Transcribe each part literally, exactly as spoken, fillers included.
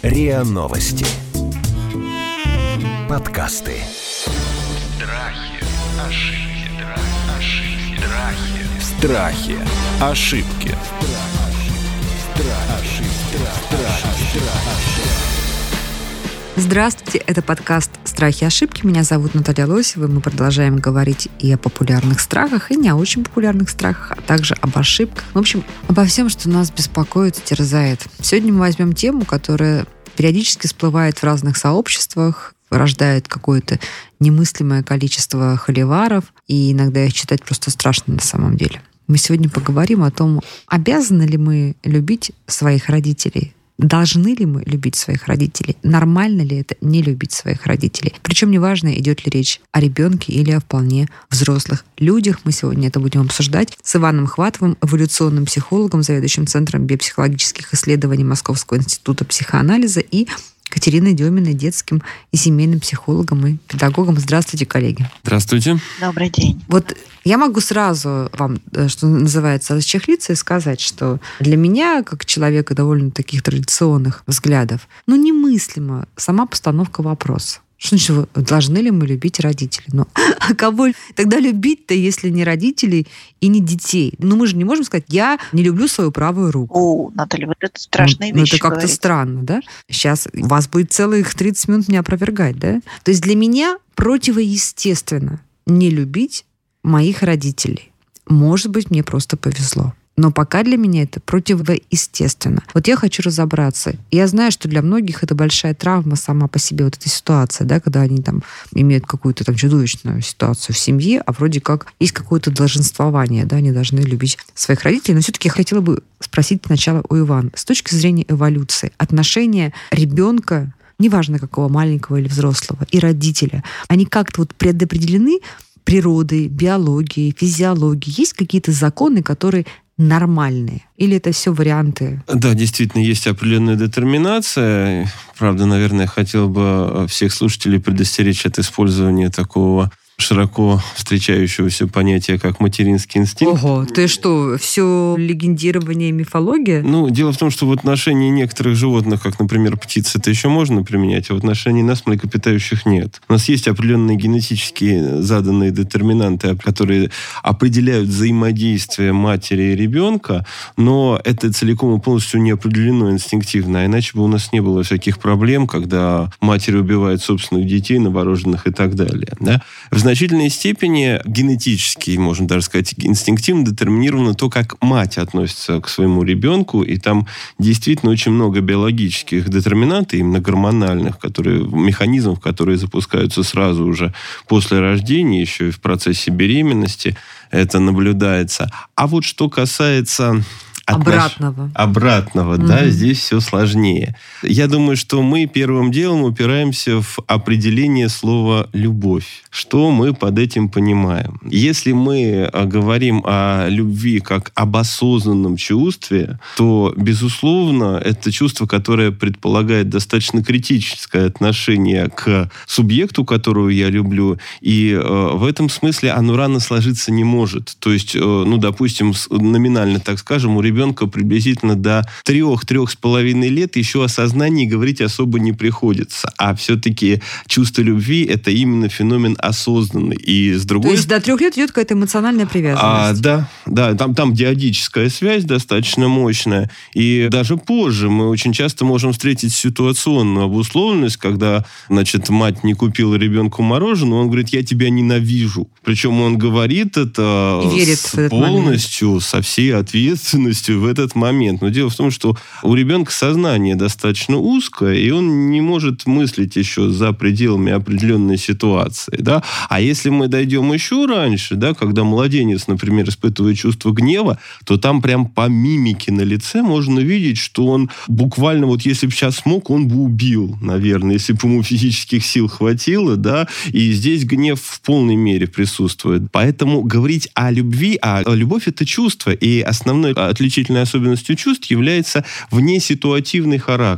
РИА Новости. Подкасты. Страхи, ошибки, ошибки, страхи. Страхи, ошибки. Здравствуйте, это подкаст «Страхи и ошибки». Меня зовут Наталья Лосева. Мы продолжаем говорить и о популярных страхах, и не о очень популярных страхах, а также об ошибках. В общем, обо всем, что нас беспокоит и терзает. Сегодня мы возьмем тему, которая периодически всплывает в разных сообществах, рождает какое-то немыслимое количество холиваров, и иногда их читать просто страшно на самом деле. Мы сегодня поговорим о том, обязаны ли мы любить своих родителей, должны ли мы любить своих родителей, нормально ли это не любить своих родителей. Причем неважно, идет ли речь о ребенке или о вполне взрослых людях. Мы сегодня это будем обсуждать с Иваном Хватовым, эволюционным психологом, заведующим Центром биопсихологических исследований Московского института психоанализа, и Катериной Деминой, детским и семейным психологом и педагогом. Здравствуйте, коллеги. Здравствуйте. Добрый день. Вот я могу сразу вам, что называется, расчехлиться и сказать, что для меня, как человека довольно таких традиционных взглядов, ну, немыслима сама постановка вопроса. Что значит, должны ли мы любить родителей? Ну, а кого тогда любить-то, если не родителей и не детей? Ну, мы же не можем сказать, я не люблю свою правую руку. О, Наталья, вот это страшные ну, вещи. Ну, это как-то говорить. странно, да? Сейчас у вас будет целых тридцать минут меня опровергать, да? То есть для меня противоестественно не любить моих родителей. Может быть, мне просто повезло. Но пока для меня это противоестественно. Вот я хочу разобраться. Я знаю, что для многих это большая травма сама по себе, вот эта ситуация, да, когда они там имеют какую-то там чудовищную ситуацию в семье, а вроде как есть какое-то долженствование, да, они должны любить своих родителей. Но все-таки я хотела бы спросить сначала у Ивана. С точки зрения эволюции, отношения ребенка, неважно какого, маленького или взрослого, и родителя, они как-то вот предопределены природой, биологией, физиологией? Есть какие-то законы, которые нормальные? Или это все варианты? Да, действительно, есть определенная детерминация. Правда, наверное, я хотел бы всех слушателей предостеречь от использования такого широко встречающегося понятия, как материнский инстинкт. Ого, ты что, все легендирование, мифология? Ну, дело в том, что в отношении некоторых животных, как, например, птиц, это еще можно применять, а в отношении нас, млекопитающих, нет. У нас есть определенные генетически заданные детерминанты, которые определяют взаимодействие матери и ребенка, но это целиком и полностью не определено инстинктивно, а иначе бы у нас не было всяких проблем, когда матери убивают собственных детей, новорожденных и так далее. Да? В значительной степени генетически, можно даже сказать, инстинктивно детерминировано то, как мать относится к своему ребенку, и там действительно очень много биологических детерминантов, именно гормональных, которые, механизмов, которые запускаются сразу уже после рождения, еще и в процессе беременности это наблюдается. А вот что касается Обратного. Наш... Обратного, mm-hmm. да, здесь все сложнее. Я думаю, что мы первым делом упираемся в определение слова «любовь». Что мы под этим понимаем? Если мы говорим о любви как об осознанном чувстве, то, безусловно, это чувство, которое предполагает достаточно критическое отношение к субъекту, которого я люблю, и э, в этом смысле оно рано сложиться не может. То есть, э, ну, допустим, номинально, так скажем, у ребенка ребенка приблизительно до трех-трех с половиной лет еще о сознании говорить особо не приходится. А все-таки чувство любви – это именно феномен осознанный. И с другой... То есть до трех лет идет какая-то эмоциональная привязанность? А, да, да. Там, там диадическая связь достаточно мощная. И даже позже мы очень часто можем встретить ситуационную обусловленность, когда, значит, мать не купила ребенку мороженое, он говорит: я тебя ненавижу. Причем он говорит это с, полностью, момент. со всей ответственностью в этот момент. Но дело в том, что у ребенка сознание достаточно узкое, и он не может мыслить еще за пределами определенной ситуации. Да? А если мы дойдем еще раньше, да, когда младенец, например, испытывает чувство гнева, то там прям по мимике на лице можно видеть, что он буквально, вот если бы сейчас смог, он бы убил, наверное, если бы ему физических сил хватило, да, и здесь гнев в полной мере присутствует. Поэтому говорить о любви, а любовь — это чувство, и основной отличительной особенностью чувств является внеситуативный характер.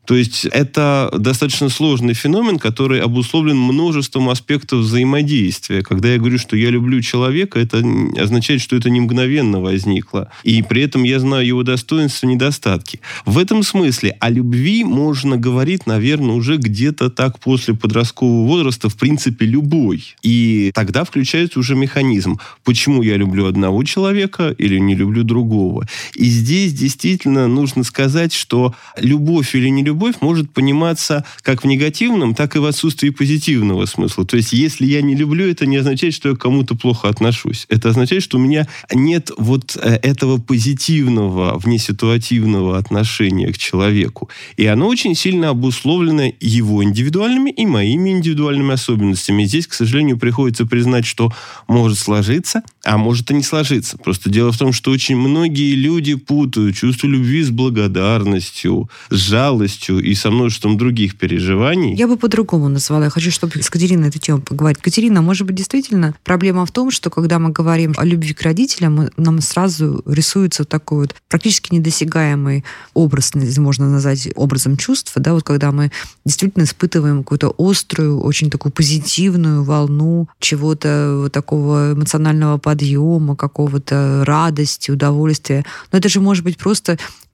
То есть это достаточно сложный феномен, который обусловлен множеством аспектов взаимодействия. Когда я говорю, что я люблю человека, это означает, что это не мгновенно возникло. И при этом я знаю его достоинства и недостатки. В этом смысле о любви можно говорить, наверное, уже где-то так после подросткового возраста, в принципе, любой. И тогда включается уже механизм. Почему я люблю одного человека или не люблю другого? И здесь действительно нужно сказать, что любовь или не любовь может пониматься как в негативном, так и в отсутствии позитивного смысла. То есть, если я не люблю, это не означает, что я к кому-то плохо отношусь. Это означает, что у меня нет вот этого позитивного, внеситуативного отношения к человеку. И оно очень сильно обусловлено его индивидуальными и моими индивидуальными особенностями. И здесь, к сожалению, приходится признать, что может сложиться, а может и не сложиться. Просто дело в том, что очень многие люди путают чувство любви с благодарностью, с жалостью и со множеством других переживаний. Я бы по-другому назвала. Я хочу, чтобы с Катериной эту тему поговорить. Катерина, может быть, действительно проблема в том, что когда мы говорим о любви к родителям, нам сразу рисуется такой вот практически недосягаемый образ, можно назвать образом чувства, да, вот когда мы действительно испытываем какую-то острую, очень такую позитивную волну чего-то вот такого эмоционального подъема, какого-то радости, удовольствия. Но это же может быть просто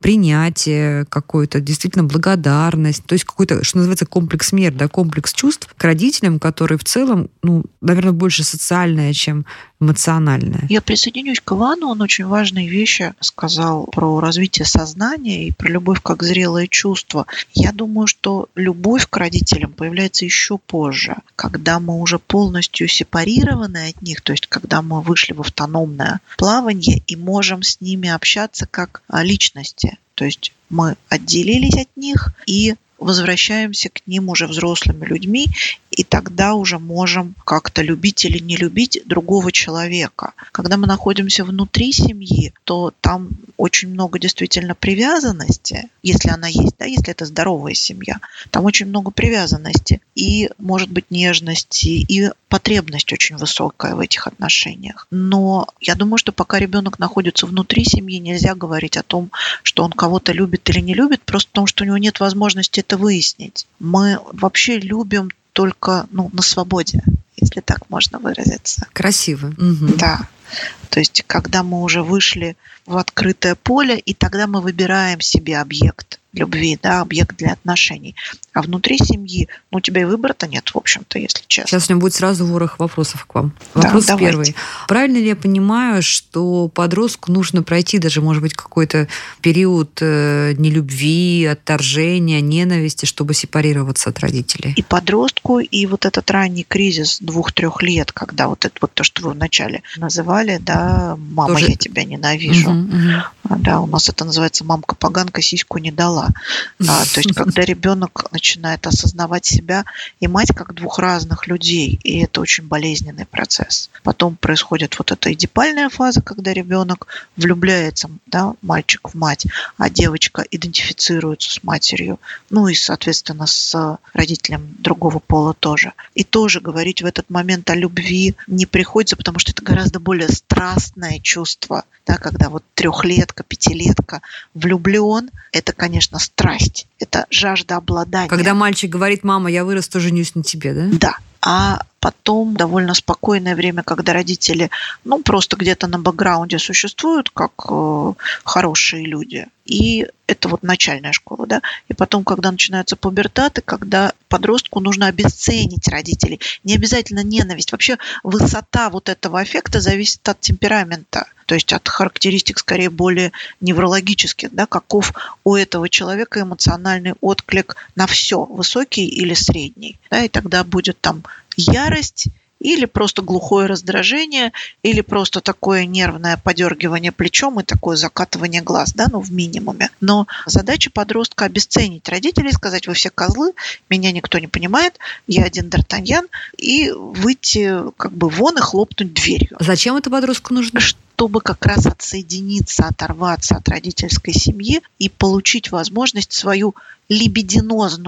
принятие какое-то, действительно благодарность, то есть какой-то, что называется, комплекс мер, да, комплекс чувств к родителям, которые в целом, ну, наверное, больше социальное, чем эмоциональное. Я присоединюсь к Ивану, он очень важные вещи сказал про развитие сознания и про любовь как зрелое чувство. Я думаю, что любовь к родителям появляется еще позже, когда мы уже полностью сепарированы от них, то есть когда мы вышли в автономное плавание и можем с ними общаться как личности. То есть мы отделились от них и возвращаемся к ним уже взрослыми людьми, и тогда уже можем как-то любить или не любить другого человека. Когда мы находимся внутри семьи, то там очень много действительно привязанности, если она есть, да, если это здоровая семья, там очень много привязанности и, может быть, нежности, и потребность очень высокая в этих отношениях. Но я думаю, что пока ребенок находится внутри семьи, нельзя говорить о том, что он кого-то любит или не любит, просто потому что у него нет возможности это выяснить. Мы вообще любим только, ну, на свободе, если так можно выразиться. Красиво. Угу. Да. То есть, когда мы уже вышли в открытое поле, и тогда мы выбираем себе объект любви, да, объект для отношений. А внутри семьи, ну, у тебя и выбора-то нет, в общем-то, если честно. Сейчас у меня будет сразу ворох вопросов к вам. Да, Вопрос давайте. первый. Правильно ли я понимаю, что подростку нужно пройти даже, может быть, какой-то период э, нелюбви, отторжения, ненависти, чтобы сепарироваться от родителей? И подростку, и вот этот ранний кризис двух-трех лет, когда вот это вот то, что вы вначале называли, да, мама, Тоже... я тебя ненавижу. Угу, угу. Да, у нас это называется мамка-поганка сиську не дала. А, то есть, когда ребенок начинает осознавать себя и мать как двух разных людей, и это очень болезненный процесс. Потом происходит вот эта эдипальная фаза, когда ребенок влюбляется, да, мальчик в мать, а девочка идентифицируется с матерью, ну и, соответственно, с родителем другого пола тоже. И тоже говорить в этот момент о любви не приходится, потому что это гораздо более страстное чувство, да, когда вот трехлетка, пятилетка влюблен, это, конечно, страсть, это жажда обладания. Когда мальчик говорит: мама, я вырасту, женюсь на тебе, да? Да. А потом довольно спокойное время, когда родители, ну, просто где-то на бэкграунде существуют как э, хорошие люди. И это вот начальная школа, да. И потом, когда начинается пубертат, и когда подростку нужно обесценить родителей. Не обязательно ненависть. Вообще высота вот этого аффекта зависит от темперамента. То есть от характеристик, скорее, более неврологических, да, каков у этого человека эмоциональный отклик на все, высокий или средний. Да, и тогда будет там ярость, или просто глухое раздражение, или просто такое нервное подергивание плечом и такое закатывание глаз, да, ну, в минимуме. Но задача подростка обесценить родителей, сказать: вы все козлы, меня никто не понимает, я один Д'Артаньян, и выйти как бы вон и хлопнуть дверью. Зачем это подростку нужно? Чтобы как раз отсоединиться, оторваться от родительской семьи и получить возможность свою либидинозную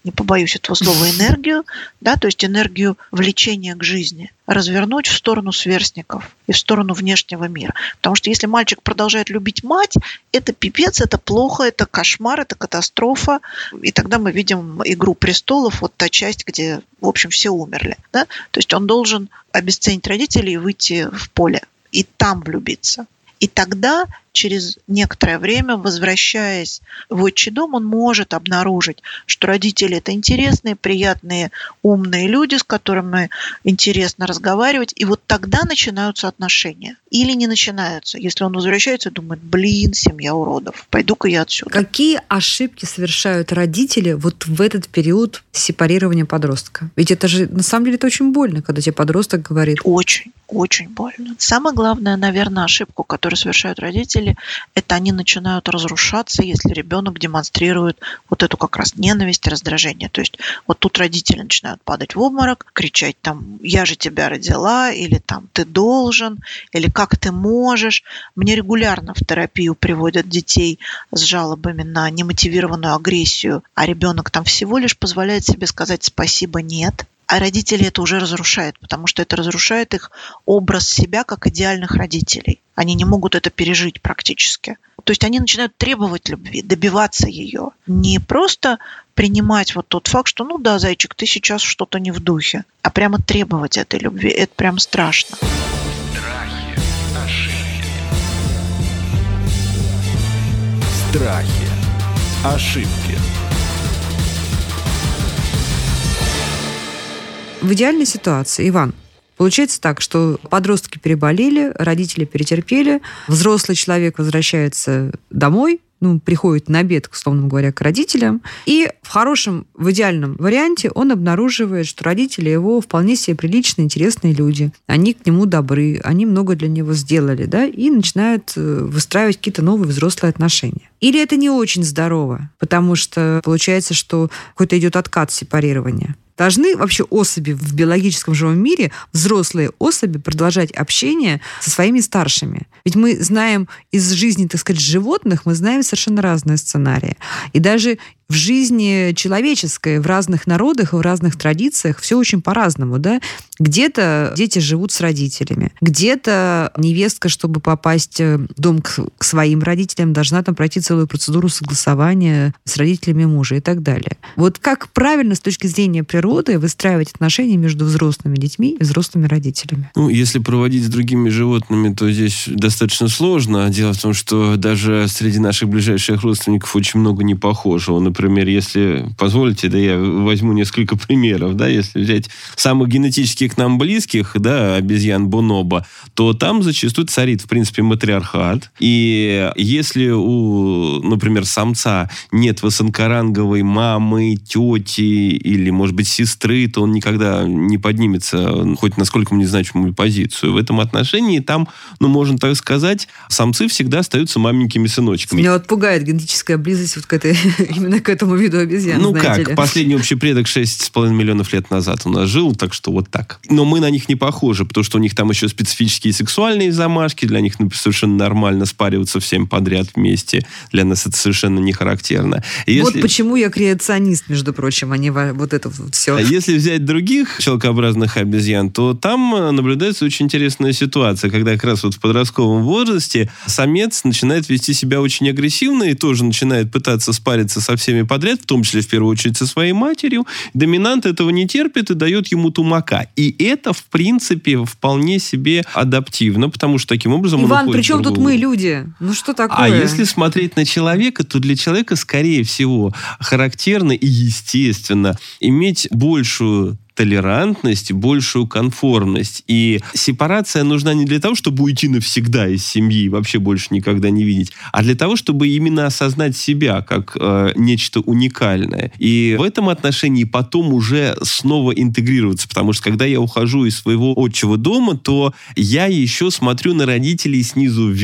не побоюсь этого слова, энергию, да, то есть энергию влечения к жизни, развернуть в сторону сверстников и в сторону внешнего мира. Потому что если мальчик продолжает любить мать, это пипец, это плохо, это кошмар, это катастрофа. И тогда мы видим «Игру престолов», вот та часть, где, в общем, все умерли. Да? То есть он должен обесценить родителей и выйти в поле, и там влюбиться. И тогда, через некоторое время, возвращаясь в отчий дом, он может обнаружить, что родители – это интересные, приятные, умные люди, с которыми интересно разговаривать. И вот тогда начинаются отношения. Или не начинаются. Если он возвращается и думает: блин, семья уродов, пойду-ка я отсюда. Какие ошибки совершают родители вот в этот период сепарирования подростка? Ведь это же, на самом деле, это очень больно, когда тебе подросток говорит. Очень, очень больно. Самая главная, наверное, ошибка, которую совершают родители, это они начинают разрушаться, если ребенок демонстрирует вот эту как раз ненависть, раздражение. То есть вот тут родители начинают падать в обморок, кричать там: я же тебя родила, или там ты должен, или как ты можешь. Мне регулярно в терапию приводят детей с жалобами на немотивированную агрессию, а ребенок там всего лишь позволяет себе сказать спасибо, нет. А родители это уже разрушает, потому что это разрушает их образ себя как идеальных родителей. Они не могут это пережить практически. То есть они начинают требовать любви, добиваться ее. Не просто принимать вот тот факт, что ну да, зайчик, ты сейчас что-то не в духе, а прямо требовать этой любви. Это прям страшно. Страхи, ошибки. Страхи. Ошибки. В идеальной ситуации, Иван, получается так, что подростки переболели, родители перетерпели, взрослый человек возвращается домой, ну, приходит на обед, условно говоря, к родителям, и в хорошем, в идеальном варианте он обнаруживает, что родители его вполне себе приличные, интересные люди. Они к нему добры, они много для него сделали, да, и начинают выстраивать какие-то новые взрослые отношения. Или это не очень здорово, потому что получается, что какой-то идет откат сепарирования. Должны вообще особи в биологическом живом мире, взрослые особи, продолжать общение со своими старшими? Ведь мы знаем из жизни, так сказать, животных, мы знаем совершенно разные сценарии. И даже в жизни человеческой, в разных народах и в разных традициях все очень по-разному, да? Где-то дети живут с родителями, где-то невестка, чтобы попасть в дом к, к своим родителям, должна там пройти целую процедуру согласования с родителями мужа и так далее. Вот как правильно с точки зрения природы выстраивать отношения между взрослыми детьми и взрослыми родителями? Ну, если проводить с другими животными, то здесь достаточно сложно. Дело в том, что даже среди наших ближайших родственников очень много непохожего. Например, если позволите, да, я возьму несколько примеров, да, если взять самых генетически к нам близких, да, обезьян бонобо, то там зачастую царит, в принципе, матриархат. И если у, например, самца нет высокоранговой мамы, тети или, может быть, сестры, то он никогда не поднимется хоть на сколько незначимую позицию. В этом отношении там, ну, можно так сказать, самцы всегда остаются маменькими сыночками. Меня вот пугает генетическая близость вот к этой, именно к этому виду обезьян, ну знаете как, ли. последний общий предок шесть с половиной миллионов лет назад у нас жил, так что вот так. Но мы на них не похожи, потому что у них там еще специфические сексуальные замашки, для них, ну, совершенно нормально спариваться всем подряд вместе. Для нас это совершенно не характерно. И Вот если... почему я креационист, между прочим, а не вот это вот все. А если взять других человекообразных обезьян, то там наблюдается очень интересная ситуация, когда как раз вот в подростковом возрасте самец начинает вести себя очень агрессивно и тоже начинает пытаться спариться со всеми подряд, в том числе, в первую очередь, со своей матерью. Доминант этого не терпит и дает ему тумака. И это, в принципе, вполне себе адаптивно, потому что таким образом он Иван, уходит при чем в тут другую. мы, люди? Ну что такое? А если смотреть на человека, то для человека, скорее всего, характерно и естественно иметь большую толерантность, большую конформность. И сепарация нужна не для того, чтобы уйти навсегда из семьи и вообще больше никогда не видеть, а для того, чтобы именно осознать себя как э, нечто уникальное. И в этом отношении потом уже снова интегрироваться, потому что когда я ухожу из своего отчего дома, то я еще смотрю на родителей снизу вверх.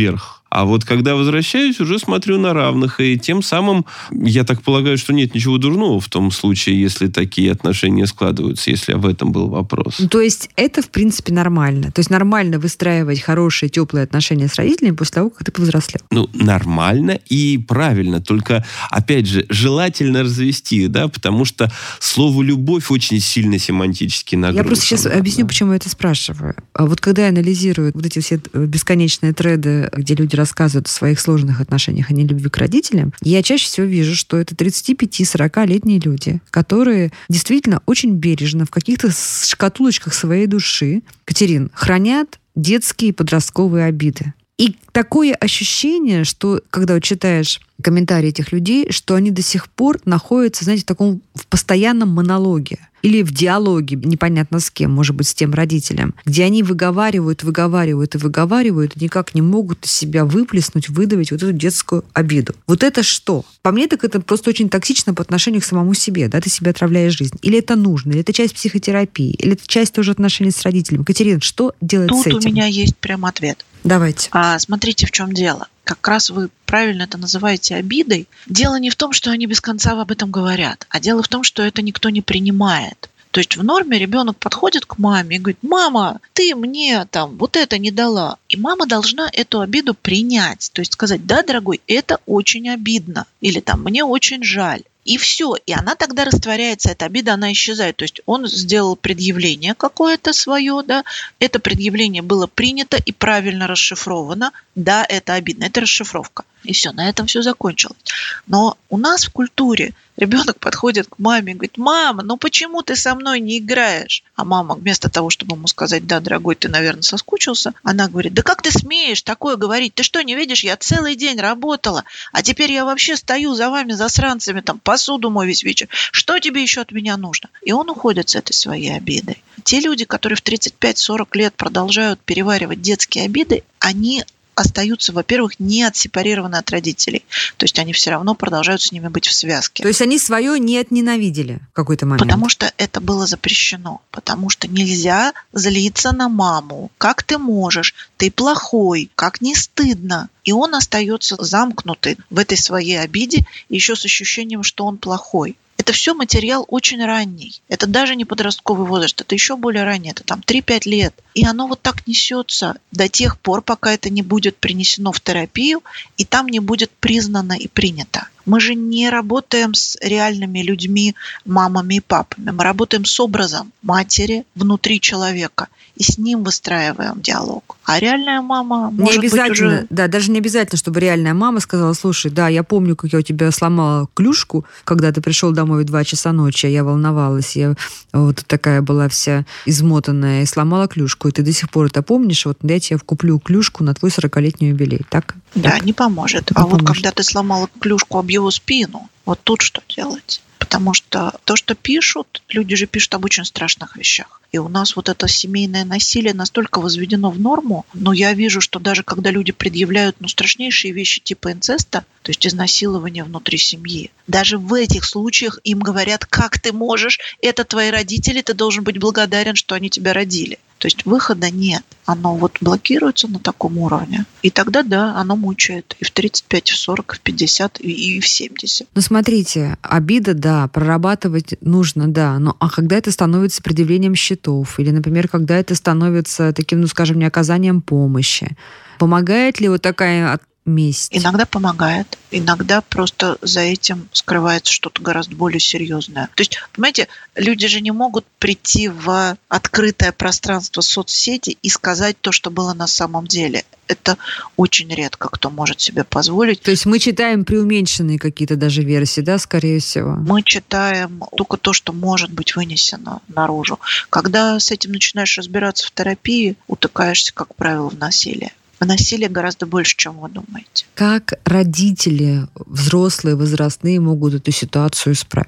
А вот когда возвращаюсь, уже смотрю на равных. И тем самым, я так полагаю, что нет ничего дурного в том случае, если такие отношения складываются, если об этом был вопрос. То есть это, в принципе, нормально. То есть нормально выстраивать хорошие, теплые отношения с родителями после того, как ты повзрослел. Ну, нормально и правильно. Только, опять же, желательно развести, да, потому что слово «любовь» очень сильно семантически нагружено. Я просто сейчас да. объясню, почему я это спрашиваю. Вот когда я анализирую вот эти все бесконечные треды, где люди рассказывают о своих сложных отношениях, о нелюбви к родителям, я чаще всего вижу, что это тридцать пять - сорок-летние люди, которые действительно очень бережно в каких-то шкатулочках своей души, Катерин, хранят детские и подростковые обиды. И такое ощущение, что когда вот читаешь комментарии этих людей, что они до сих пор находятся, знаете, в таком в постоянном монологе или в диалоге, непонятно с кем, может быть, с тем родителем, где они выговаривают, выговаривают и выговаривают, и никак не могут из себя выплеснуть, выдавить вот эту детскую обиду. Вот это что? По мне, так это просто очень токсично по отношению к самому себе, да, ты себе отравляешь жизнь. Или это нужно, или это часть психотерапии, или это часть тоже отношений с родителем. Катерина, что делать Тут с этим? Тут у меня есть прям ответ. Давайте. А, смотрите, в чем дело. Как раз вы правильно это называете обидой. Дело не в том, что они без конца об этом говорят, а дело в том, что это никто не принимает. То есть в норме ребенок подходит к маме и говорит: мама, ты мне там вот это не дала. И мама должна эту обиду принять. То есть сказать: да, дорогой, это очень обидно. Или там: мне очень жаль. И все. И она тогда растворяется, эта обида, она исчезает. То есть он сделал предъявление какое-то свое, да, это предъявление было принято и правильно расшифровано. Да, это обидно, это расшифровка. И все, на этом все закончилось. Но у нас в культуре ребенок подходит к маме и говорит: мама, ну почему ты со мной не играешь? А мама вместо того, чтобы ему сказать: да, дорогой, ты, наверное, соскучился, она говорит: да как ты смеешь такое говорить? Ты что, не видишь, я целый день работала, а теперь я вообще стою за вами, засранцами, там, посуду мою весь вечер. Что тебе еще от меня нужно? И он уходит с этой своей обидой. Те люди, которые в тридцать пять - сорок лет продолжают переваривать детские обиды, они остаются, во-первых, не отсепарированы от родителей. То есть они все равно продолжают с ними быть в связке. То есть они свое не отненавидели в какой-то момент? Потому что это было запрещено. Потому что нельзя злиться на маму. Как ты можешь? Ты плохой. Как не стыдно? И он остается замкнутый в этой своей обиде, еще с ощущением, что он плохой. Это все материал очень ранний. Это даже не подростковый возраст, это еще более ранний, это там три-пять лет. И оно вот так несется до тех пор, пока это не будет принесено в терапию, и там не будет признано и принято. Мы же не работаем с реальными людьми, мамами и папами. Мы работаем с образом матери внутри человека. И с ним выстраиваем диалог. А реальная мама может не обязательно, быть уже... Да, даже не обязательно, чтобы реальная мама сказала: слушай, да, я помню, как я у тебя сломала клюшку, когда ты пришел домой в два часа ночи, я волновалась, я вот такая была вся измотанная, и сломала клюшку, и ты до сих пор это помнишь, вот я тебе куплю клюшку на твой сорокалетний юбилей. Так? Да, так? не поможет. Не а поможет. Вот когда ты сломала клюшку об его спину, вот тут что делать? Потому что то, что пишут, люди же пишут об очень страшных вещах. И у нас вот это семейное насилие настолько возведено в норму, но я вижу, что даже когда люди предъявляют ну, страшнейшие вещи типа инцеста, то есть изнасилования внутри семьи, даже в этих случаях им говорят: как ты можешь, это твои родители, ты должен быть благодарен, что они тебя родили. То есть выхода нет. Оно вот блокируется на таком уровне. И тогда, да, оно мучает. И в тридцать пять, и в сорок, и в пятьдесят, и, и в семьдесят. Ну, смотрите, обида, да, прорабатывать нужно, да. Но а когда это становится предъявлением счетов? Или, например, когда это становится таким, ну, скажем, неоказанием помощи? Помогает ли вот такая месть? Иногда помогает. Иногда просто за этим скрывается что-то гораздо более серьезное. То есть, понимаете, люди же не могут прийти в открытое пространство соцсети и сказать то, что было на самом деле. Это очень редко кто может себе позволить. То есть мы читаем преуменьшенные какие-то даже версии, да, скорее всего? Мы читаем только то, что может быть вынесено наружу. Когда с этим начинаешь разбираться в терапии, утыкаешься, как правило, в насилие. В насилии гораздо больше, чем вы думаете. Как родители, взрослые, возрастные, могут эту ситуацию исправить?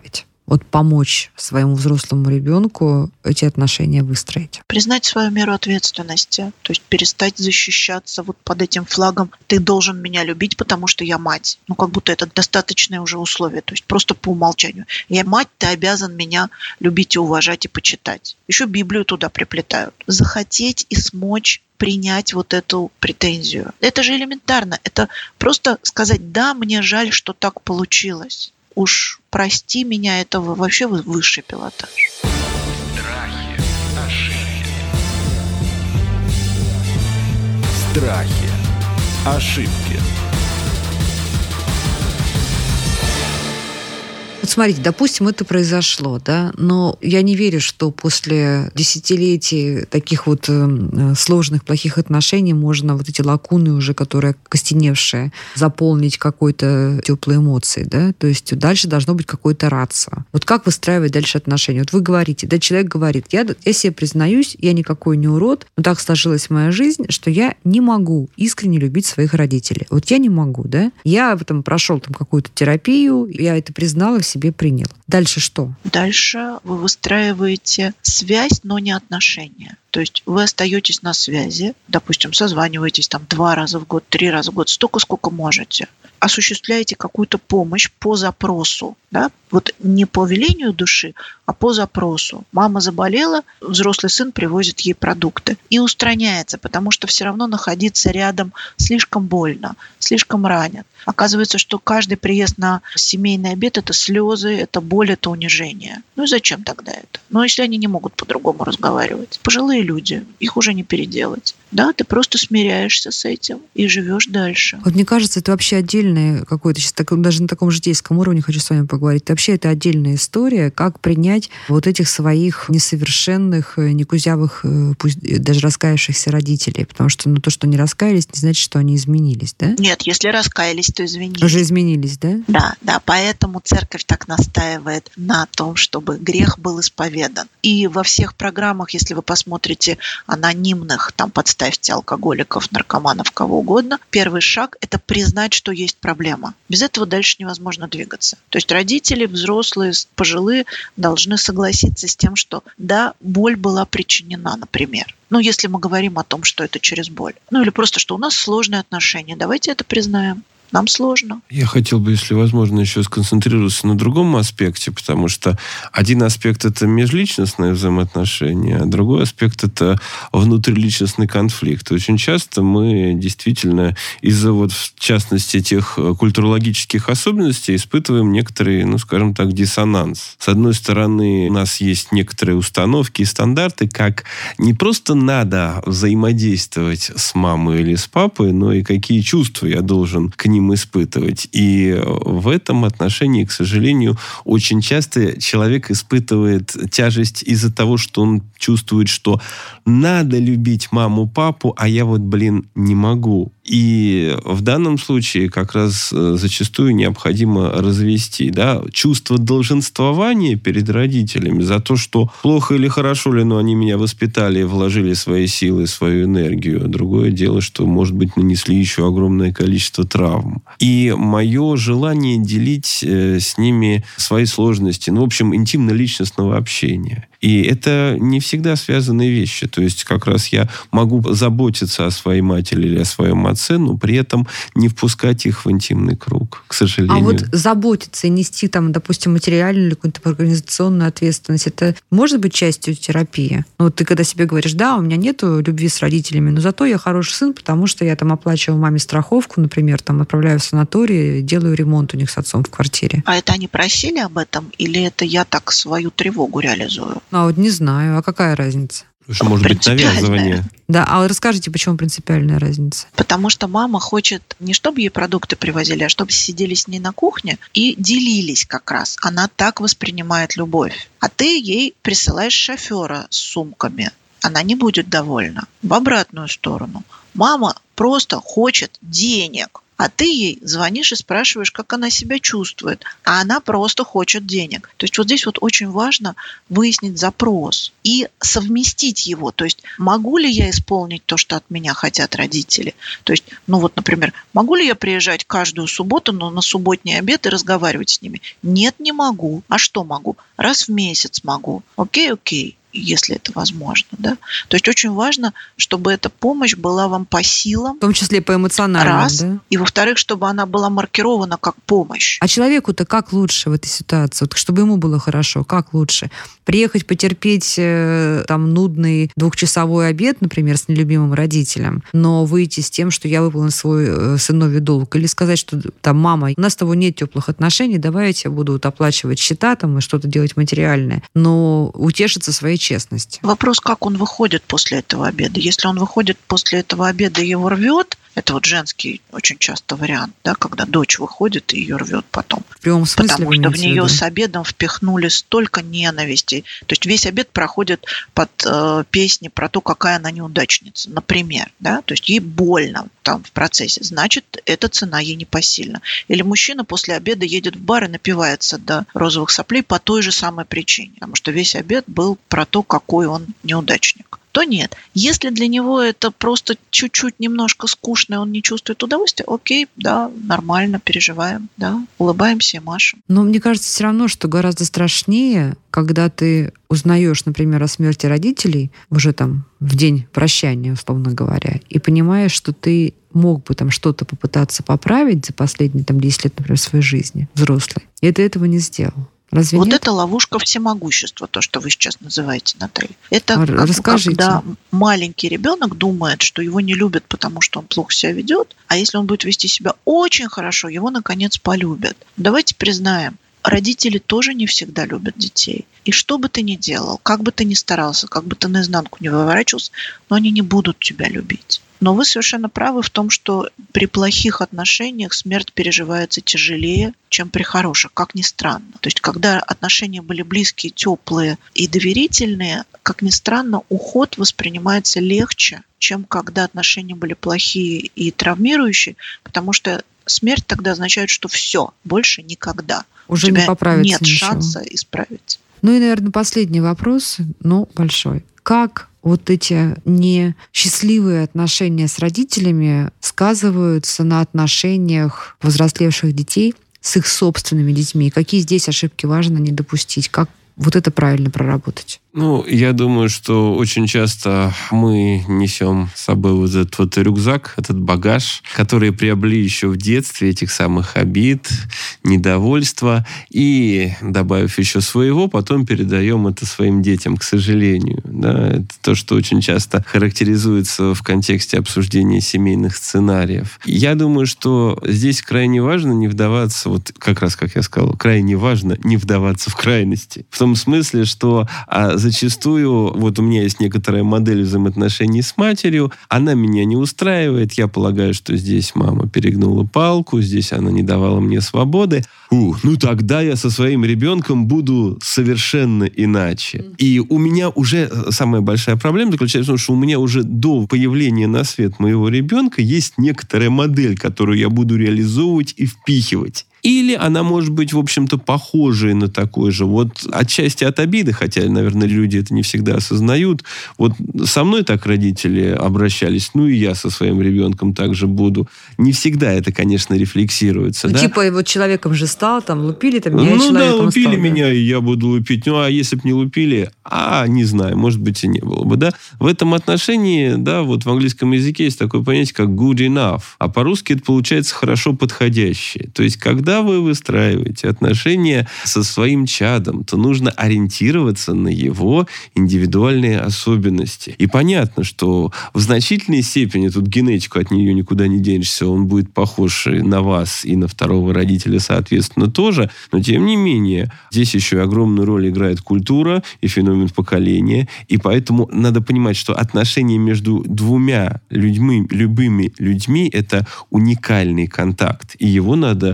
вот помочь своему взрослому ребенку эти отношения выстроить? Признать свою меру ответственности, то есть перестать защищаться вот под этим флагом «ты должен меня любить, потому что я мать». Ну, как будто это достаточное уже условие, то есть просто по умолчанию. Я мать, ты обязан меня любить и уважать и почитать. Еще Библию туда приплетают. Захотеть и смочь принять вот эту претензию. Это же элементарно. Это просто сказать «да, мне жаль, что так получилось». Уж прости меня, это вообще высший пилотаж. Страхи, ошибки. Страхи, ошибки. Вот смотрите, допустим, это произошло, да, но я не верю, что после десятилетий таких вот э, сложных, плохих отношений можно вот эти лакуны уже, которые костеневшие, заполнить какой-то теплой эмоцией, да, то есть дальше должно быть какое-то рацио. Вот как выстраивать дальше отношения? Вот вы говорите, да, человек говорит, я, я себе признаюсь, я никакой не урод, но так сложилась моя жизнь, что я не могу искренне любить своих родителей. Вот я не могу, да, я там прошел там какую-то терапию, я это признала, в себе принял. Дальше что? Дальше вы выстраиваете связь, но не отношения. То есть вы остаетесь на связи, допустим, созваниваетесь там два раза в год, три раза в год, столько, сколько можете. Осуществляете какую-то помощь по запросу, да? Вот не по велению души, а по запросу. Мама заболела, взрослый сын привозит ей продукты. И устраняется, потому что все равно находиться рядом слишком больно, слишком ранит. Оказывается, что каждый приезд на семейный обед – это слезы, это боль, это унижение. Ну и зачем тогда это? Ну, если они не могут по-другому разговаривать. Пожилые люди, их уже не переделать. Да, ты просто смиряешься с этим и живешь дальше. Вот мне кажется, это вообще отдельное какое-то, сейчас так, даже на таком житейском уровне хочу с вами поговорить. Вообще это отдельная история, как принять вот этих своих несовершенных, некузявых, пусть даже раскаявшихся родителей. Потому что ну, то, что они раскаялись, не значит, что они изменились, да? Нет, если раскаялись, то изменились. Уже изменились, да? Да, да, поэтому церковь так настаивает на том, чтобы грех был исповедан. И во всех программах, если вы посмотрите анонимных, там подставьте алкоголиков, наркоманов, кого угодно, первый шаг – это признать, что есть проблема. Без этого дальше невозможно двигаться. То есть родители, взрослые, пожилые должны согласиться с тем, что да, боль была причинена, например. Ну, если мы говорим о том, что это через боль. Ну, или просто, что у нас сложные отношения. Давайте это признаем. Нам сложно. Я хотел бы, если возможно, еще сконцентрироваться на другом аспекте, потому что один аспект – это межличностные взаимоотношения, а другой аспект – это внутриличностный конфликт. Очень часто мы действительно из-за, вот, в частности, тех культурологических особенностей испытываем некоторый, ну, скажем так, диссонанс. С одной стороны, у нас есть некоторые установки и стандарты, как не просто надо взаимодействовать с мамой или с папой, но и какие чувства я должен к ним испытывать. И в этом отношении, к сожалению, очень часто человек испытывает тяжесть из-за того, что он чувствует, что надо любить маму, папу, а я вот, блин, не могу. И в данном случае как раз зачастую необходимо развести, да, чувство долженствования перед родителями за то, что плохо или хорошо ли, но они меня воспитали, вложили свои силы, свою энергию. Другое дело, что, может быть, нанесли еще огромное количество травм. И мое желание делить с ними свои сложности, ну, в общем, интимно-личностного общения. И это не всегда связанные вещи. То есть как раз я могу заботиться о своей матери или о своем отце, но при этом не впускать их в интимный круг, к сожалению. А вот заботиться и нести, там, допустим, материальную или какую-то организационную ответственность, это может быть частью терапии? Ну, вот ты когда себе говоришь, да, у меня нету любви с родителями, но зато я хороший сын, потому что я там оплачиваю маме страховку, например, там отправляю в санаторий, делаю ремонт у них с отцом в квартире. А это они просили об этом? Или это я так свою тревогу реализую? А вот не знаю. А какая разница? Что может быть навязывание. Да, а расскажите, почему принципиальная разница? Потому что мама хочет не чтобы ей продукты привозили, а чтобы сидели с ней на кухне и делились как раз. Она так воспринимает любовь. А ты ей присылаешь шофера с сумками. Она не будет довольна. В обратную сторону. Мама просто хочет денег. а ты ей звонишь и спрашиваешь, как она себя чувствует, а она просто хочет денег. То есть вот здесь вот очень важно выяснить запрос и совместить его. То есть могу ли я исполнить то, что от меня хотят родители? То есть, ну вот, например, могу ли я приезжать каждую субботу, но на субботний обед и разговаривать с ними? Нет, не могу. А что могу? Раз в месяц могу. Окей, окей. Если это возможно, да. То есть очень важно, чтобы эта помощь была вам по силам. В том числе по эмоциональному, раз, да? И во-вторых, чтобы она была маркирована как помощь. А человеку-то как лучше в этой ситуации? Вот, чтобы ему было хорошо, как лучше? Приехать потерпеть э, там нудный двухчасовой обед, например, с нелюбимым родителем, но выйти с тем, что я выполнил свой э, сыновий долг, или сказать, что там, мама, у нас с тобой нет теплых отношений, давай я тебе буду вот оплачивать счета там, и что-то делать материальное, но утешиться своей честности. Вопрос, как он выходит после этого обеда. Если он выходит после этого обеда и его рвет, это вот женский очень часто вариант, да, когда дочь выходит и ее рвет потом. В прямом смысле, потому что в нее с обедом впихнули столько ненависти. То есть весь обед проходит под э, песни про то, какая она неудачница, например. Да? То есть ей больно там в процессе. Значит, эта цена ей непосильна. Или мужчина после обеда едет в бар и напивается до розовых соплей по той же самой причине. Потому что весь обед был про то, какой он неудачник. То нет. Если для него это просто чуть-чуть немножко скучно, и он не чувствует удовольствия, окей, да, нормально, переживаем, да, улыбаемся и машем. Но мне кажется все равно, что гораздо страшнее, когда ты узнаешь, например, о смерти родителей уже там в день прощания, условно говоря, и понимаешь, что ты мог бы там что-то попытаться поправить за последние там десять лет, например, своей жизни, взрослый, и ты этого не сделал. Разве вот нет? это ловушка всемогущества, то, что вы сейчас называете, Наталья. Это А, как, расскажите. когда маленький ребенок думает, что его не любят, потому что он плохо себя ведет, а если он будет вести себя очень хорошо, его, наконец, полюбят. Давайте признаем, родители тоже не всегда любят детей. И что бы ты ни делал, как бы ты ни старался, как бы ты наизнанку не выворачивался, но они не будут тебя любить. Но вы совершенно правы в том, что при плохих отношениях смерть переживается тяжелее, чем при хороших, как ни странно. То есть, когда отношения были близкие, теплые и доверительные, как ни странно, уход воспринимается легче, чем когда отношения были плохие и травмирующие, потому что смерть тогда означает, что все, больше никогда. Уже У тебя не поправится нет ничего. шанса исправить. Ну и, наверное, последний вопрос, но большой. Как вот эти несчастливые отношения с родителями сказываются на отношениях взрослевших детей с их собственными детьми? Какие здесь ошибки важно не допустить? Как вот это правильно проработать? Ну, я думаю, что очень часто мы несем с собой вот этот вот рюкзак, этот багаж, который приобрели еще в детстве, этих самых обид, недовольства, и, добавив еще своего, потом передаем это своим детям, к сожалению. Да? Это то, что очень часто характеризуется в контексте обсуждения семейных сценариев. Я думаю, что здесь крайне важно не вдаваться, вот как раз, как я сказал, крайне важно не вдаваться в крайности. В том смысле, что а, зачастую, вот у меня есть некоторая модель взаимоотношений с матерью, она меня не устраивает, я полагаю, что здесь мама перегнула палку, здесь она не давала мне свободы. Ух, ну тогда я со своим ребенком буду совершенно иначе. И у меня уже самая большая проблема заключается в том, что у меня уже до появления на свет моего ребенка есть некоторая модель, которую я буду реализовывать и впихивать. Или она может быть, в общем-то, похожей на такой же. Вот отчасти от обиды, хотя, наверное, люди это не всегда осознают. Вот со мной так родители обращались, ну и я со своим ребенком также буду. Не всегда это, конечно, рефлексируется. Ну, да? типа, вот человеком же стал, там, лупили, там, меня Ну да, человеком лупили стал, да. меня, и я буду лупить. Ну, а если бы не лупили, а, не знаю, может быть, и не было бы, да. В этом отношении, да, вот в английском языке есть такое понятие, как good enough. А по-русски это получается хорошо подходящее. То есть, когда вы выстраиваете отношения со своим чадом, то нужно ориентироваться на его индивидуальные особенности. И понятно, что в значительной степени, тут генетику от нее никуда не денешься, он будет похож и на вас, и на второго родителя, соответственно, тоже. Но, тем не менее, здесь еще и огромную роль играет культура и феномен поколения. И поэтому надо понимать, что отношения между двумя людьми, любыми людьми, это уникальный контакт. И его надо выстраивать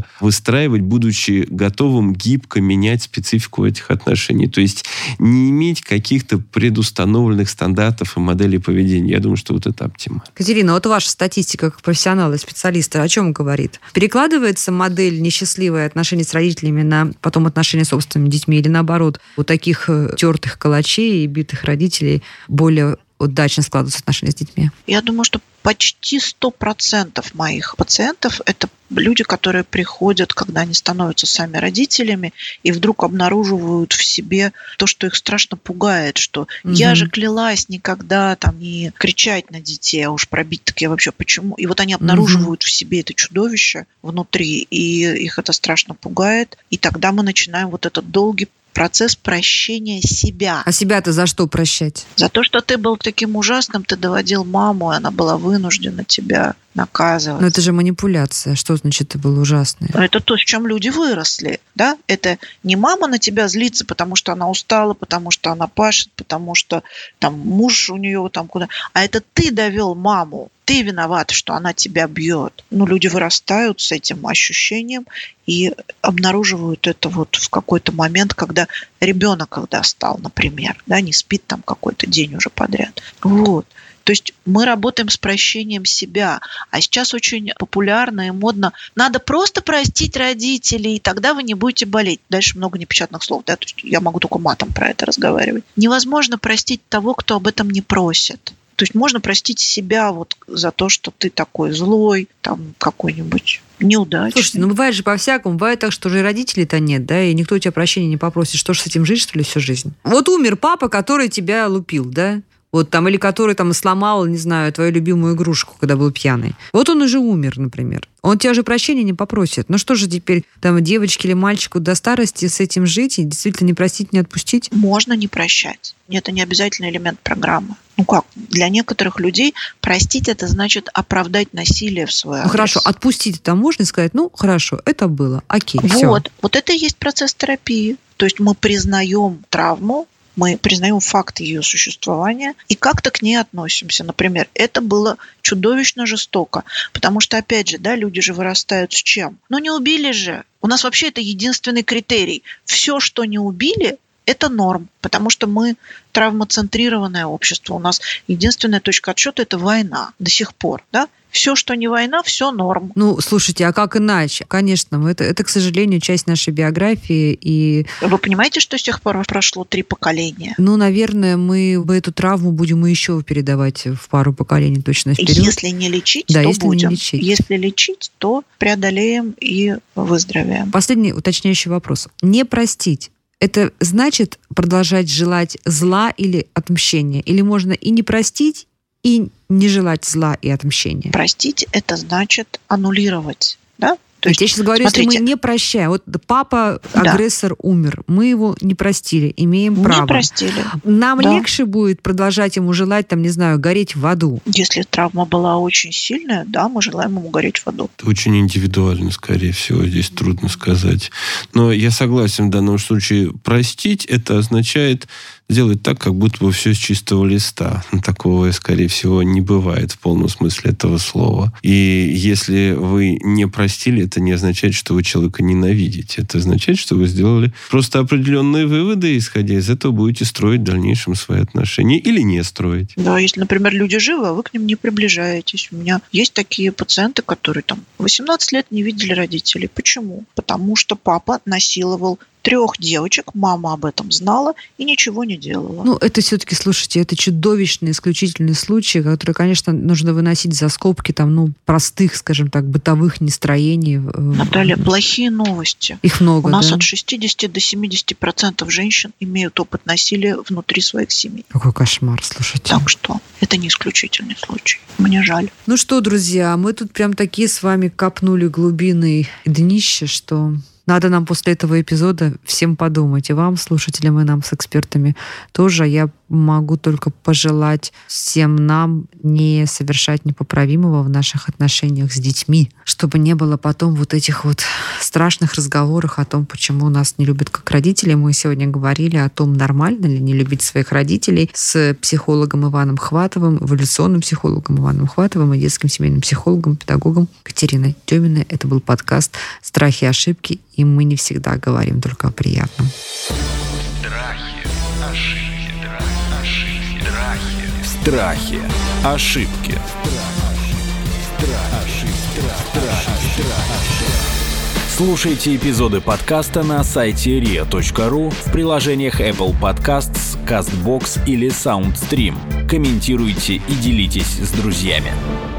выстраивать, будучи готовым гибко менять специфику этих отношений. То есть не иметь каких-то предустановленных стандартов и моделей поведения. Я думаю, что вот это оптимально. Катерина, вот ваша статистика как профессионала и специалиста о чем говорит? Перекладывается модель несчастливые отношения с родителями на потом отношения с собственными детьми или наоборот, у таких тертых калачей и битых родителей более удачно складываются отношения с детьми? Я думаю, что почти сто процентов моих пациентов – это люди, которые приходят, когда они становятся сами родителями и вдруг обнаруживают в себе то, что их страшно пугает, что угу. я же клялась никогда там не кричать на детей, а уж пробить так я вообще почему? И вот они обнаруживают угу. в себе это чудовище внутри, и их это страшно пугает, и тогда мы начинаем вот этот долгий процесс прощения себя. А себя-то за что прощать? За то, что ты был таким ужасным, ты доводил маму, и она была вынуждена тебя наказывать. Но это же манипуляция. Что значит ты был ужасный? Это то, с чем люди выросли. Да? Это не мама на тебя злится, потому что она устала, потому что она пашет, потому что там муж у нее там куда. А это ты довел маму. Ты виноват, что она тебя бьет. Ну, люди вырастают с этим ощущением и обнаруживают это вот в какой-то момент, когда ребенок, когда стал, например, да, не спит там какой-то день уже подряд. Вот. То есть мы работаем с прощением себя. А сейчас очень популярно и модно. Надо просто простить родителей, и тогда вы не будете болеть. Дальше много непечатных слов. Да? То есть я могу только матом про это разговаривать. Невозможно простить того, кто об этом не просит. То есть можно простить себя вот за то, что ты такой злой, там какой-нибудь неудачный. Слушайте, ну бывает же по-всякому. Бывает так, что уже родителей-то нет, да, и никто у тебя прощения не попросит. Что ж с этим жить, что ли, всю жизнь? Вот умер папа, который тебя лупил, да? Вот там, или который там сломал, не знаю, твою любимую игрушку, когда был пьяный. Вот он уже умер, например. Он тебя уже прощения не попросит. Ну что же теперь, там, девочке или мальчику до старости с этим жить и действительно не простить, не отпустить? Можно не прощать. Это не обязательный элемент программы. Ну как? Для некоторых людей простить это значит оправдать насилие в свой адрес. Ну хорошо, отпустить это можно и сказать, ну хорошо, это было, окей, вот, все. Вот это и есть процесс терапии. То есть мы признаем травму, мы признаем факт ее существования и как-то к ней относимся. Например, это было чудовищно жестоко, потому что, опять же, да, люди же вырастают с чем? Ну, не убили же. У нас вообще это единственный критерий. Все, что не убили, это норм, потому что мы травмоцентрированное общество. У нас единственная точка отсчета – это война до сих пор, да? Все, что не война, все норм. Ну, слушайте, а как иначе? Конечно, это, это, к сожалению, часть нашей биографии. И... Вы понимаете, что с тех пор прошло три поколения? Ну, наверное, мы эту травму будем еще передавать в пару поколений точно вперед. Если не лечить, да, то если будем. Не лечить. Если лечить, то преодолеем и выздоровеем. Последний уточняющий вопрос. Не простить. Это значит продолжать желать зла или отмщения? Или можно и не простить, и не желать зла и отмщения? Простить – это значит аннулировать, да? То есть, я сейчас говорю, смотрите, если мы не прощаем. Вот папа, агрессор, да. умер. Мы его не простили. Имеем не право. Не простили. Нам да. легче будет продолжать ему желать, там, не знаю, гореть в аду. Если травма была очень сильная, да, мы желаем ему гореть в аду. Это очень индивидуально, скорее всего. Здесь трудно сказать. Но я согласен в данном случае. Простить – это означает сделать так, как будто бы все с чистого листа. Такого, скорее всего, не бывает в полном смысле этого слова. И если вы не простили, это не означает, что вы человека ненавидите. Это означает, что вы сделали просто определенные выводы, и, исходя из этого, будете строить в дальнейшем свои отношения или не строить. Да, если, например, люди живы, а вы к ним не приближаетесь. У меня есть такие пациенты, которые там восемнадцать лет не видели родителей. Почему? Потому что папа насиловал трех девочек, мама об этом знала и ничего не делала. Ну, это все-таки, слушайте, это чудовищный, исключительный случай, который, конечно, нужно выносить за скобки там, ну, простых, скажем так, бытовых нестроений. Наталья, плохие новости. Их много, У нас да? от шестидесяти до семидесяти процентов женщин имеют опыт насилия внутри своих семей. Какой кошмар, слушайте. Так что это не исключительный случай. Мне жаль. Ну что, друзья, мы тут прям такие с вами копнули глубины днища, что... Надо нам после этого эпизода всем подумать. И вам, слушателям, и нам с экспертами тоже. Я могу только пожелать всем нам не совершать непоправимого в наших отношениях с детьми, чтобы не было потом вот этих вот страшных разговоров о том, почему нас не любят как родители. Мы сегодня говорили о том, нормально ли не любить своих родителей, с психологом Иваном Хватовым, эволюционным психологом Иваном Хватовым и детским семейным психологом, педагогом Катериной Деминой. Это был подкаст «Страхи и ошибки», и мы не всегда говорим только о приятном. Страхи, ошибки, ошибки, страхи. Страхи. Ошибки. Слушайте эпизоды подкаста на сайте риа точка ру, в приложениях Apple Podcasts, CastBox или SoundStream. Комментируйте и делитесь с друзьями.